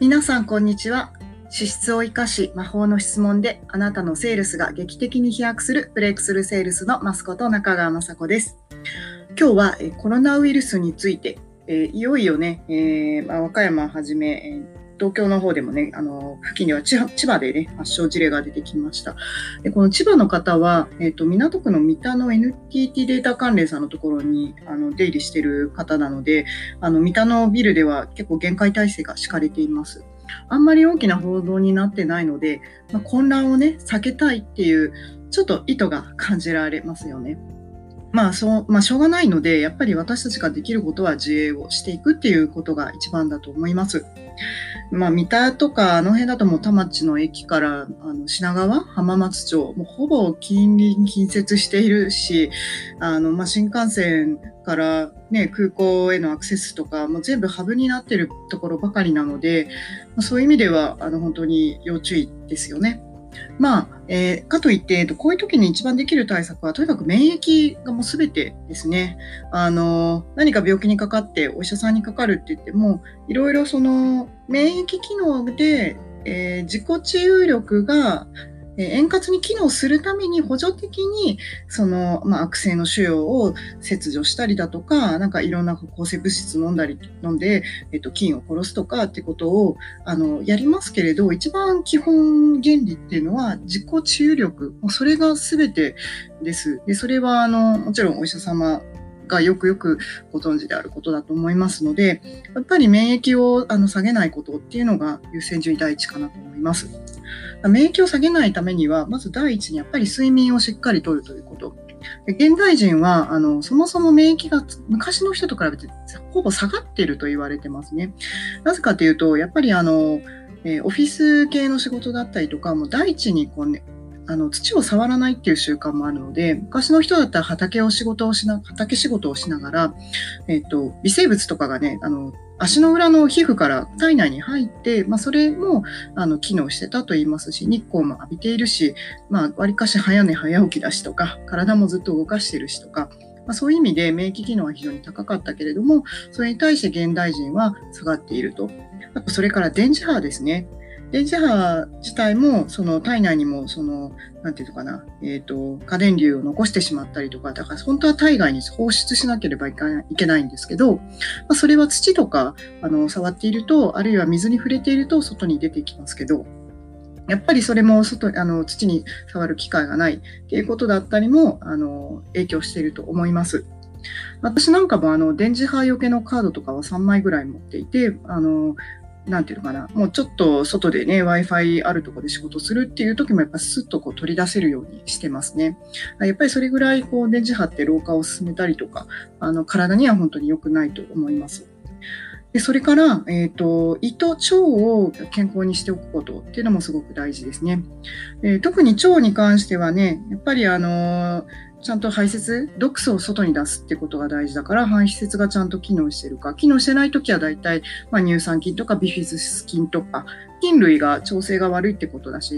皆さんこんにちは。資質を生かし魔法の質問であなたのセールスが劇的に飛躍するブレイクスルーセールスのマスコット中川雅子です。今日はコロナウイルスについて、いよいよね、和歌山はじめ、東京の方でもね、付近では千葉でね、発症事例が出てきました。この千葉の方は、港区の三田の NTT データ関連さんのところに出入りしている方なので、三田のビルでは結構厳戒態勢が敷かれています。あんまり大きな報道になってないので、混乱をね、避けたいっていう、ちょっと意図が感じられますよね。しょうがないので、やっぱり私たちができることは自衛をしていくっていうことが一番だと思います。三田とかあの辺だともう田町の駅から品川、浜松町、もうほぼ近接しているし、新幹線からね、空港へのアクセスとかもう全部ハブになっているところばかりなので、そういう意味では本当に要注意ですよね。かといって、こういう時に一番できる対策は、とにかく免疫がもう全てですね。何か病気にかかってお医者さんにかかるって言っても、いろいろその免疫機能で、自己治癒力が円滑に機能するために補助的にその、悪性の腫瘍を切除したりだとか、なんかいろんな抗生物質飲んで、菌を殺すとかってことをやりますけれど、一番基本原理っていうのは自己治癒力、それが全てです。で、それはもちろんお医者様がよくご存知であることだと思いますので、やっぱり免疫を下げないことっていうのが優先順位第一かなと思います。免疫を下げないためには、まず第一にやっぱり睡眠をしっかりとるということ。現代人はそもそも免疫が昔の人と比べてほぼ下がっていると言われてますね。なぜかというと、やっぱりオフィス系の仕事だったりとか、もう第一に土を触らないっていう習慣もあるので、昔の人だったら畑仕事をしながら、微生物とかがね、足の裏の皮膚から体内に入って、それも機能してたと言いますし、日光も浴びているし、わりかし早寝早起きだしとか、体もずっと動かしてるしとか、そういう意味で免疫機能は非常に高かったけれども、それに対して現代人は下がっていると。あとそれから電磁波ですね。電磁波自体もその体内にもなんていうのかな、過電流を残してしまったりとか、だから本当は体外に放出しなければいけないんですけど、それは土とか触っていると、あるいは水に触れていると外に出てきますけど、やっぱりそれも土に触る機会がないっていうことだったりも影響していると思います。私なんかも電磁波よけのカードとかは3枚ぐらい持っていて、なんていうのかな、もうちょっと外でね、Wi-Fi あるところで仕事するっていう時もやっぱスッと取り出せるようにしてますね。やっぱりそれぐらい電磁波って老化を進めたりとか、体には本当に良くないと思います。でそれから、胃と腸を健康にしておくことっていうのもすごく大事ですね。特に腸に関してはね、やっぱりちゃんと排泄、毒素を外に出すってことが大事だから、排泄がちゃんと機能しているか。機能してないときは大体、乳酸菌とかビフィズス菌とか、菌類が調整が悪いってことだし、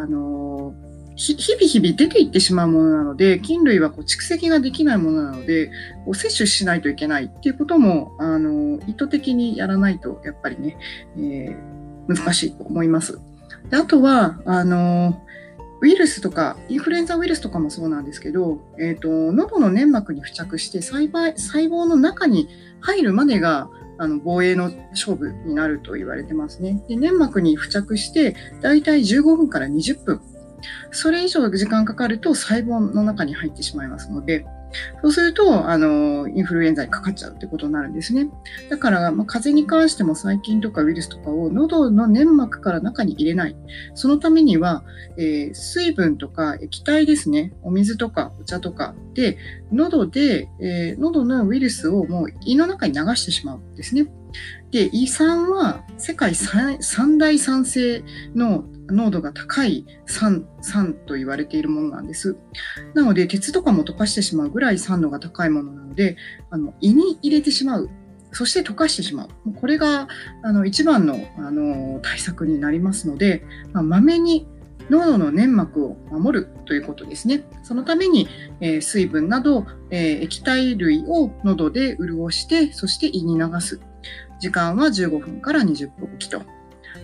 日々出ていってしまうものなので、菌類は蓄積ができないものなので、摂取しないといけないっていうことも意図的にやらないとやっぱりね、難しいと思います。であとはウイルスとかインフルエンザウイルスとかもそうなんですけど、喉の粘膜に付着して細胞の中に入るまでが防衛の勝負になると言われてますね。で粘膜に付着してだいたい15分から20分、それ以上時間かかると細胞の中に入ってしまいますので、そうするとインフルエンザにかかっちゃうってことになるんですね。だから、風邪に関しても細菌とかウイルスとかを喉の粘膜から中に入れない。そのためには、水分とか液体ですね、お水とかお茶とかで喉のウイルスをもう胃の中に流してしまうんですね。で、胃酸は世界三大酸性の濃度が高い酸と言われているものなんです。なので、鉄とかも溶かしてしまうぐらい酸度が高いものなので、胃に入れてしまう。そして溶かしてしまう。これが一番の対策になりますので、まめに喉の粘膜を守るということですね。そのために、水分など、液体類を喉で潤して、そして胃に流す。時間は15分から20分おきと。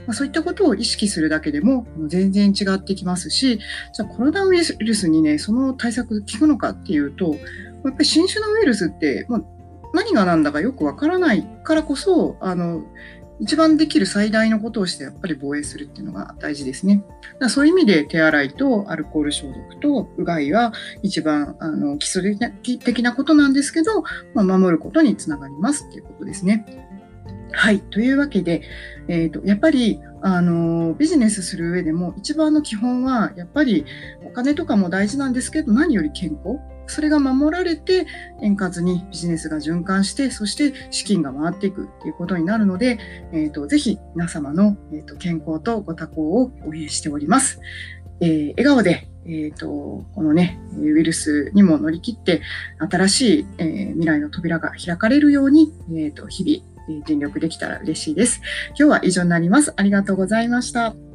そういったことを意識するだけでも全然違ってきますし、じゃあコロナウイルスにね、その対策効くのかっていうと、やっぱり新種のウイルスってもう何が何だかよくわからないからこそ、一番できる最大のことをしてやっぱり防衛するっていうのが大事ですね。だからそういう意味で手洗いとアルコール消毒とうがいは一番基礎的なことなんですけど、守ることにつながりますっていうことですね。はい。というわけで、やっぱり、ビジネスする上でも一番の基本は、やっぱりお金とかも大事なんですけど、何より健康。それが守られて、円滑にビジネスが循環して、そして資金が回っていくということになるので、ぜひ皆様の、健康とご多幸を応援しております。笑顔で、このね、ウイルスにも乗り切って、新しい、未来の扉が開かれるように、日々、尽力できたら嬉しいです。今日は以上になります。ありがとうございました。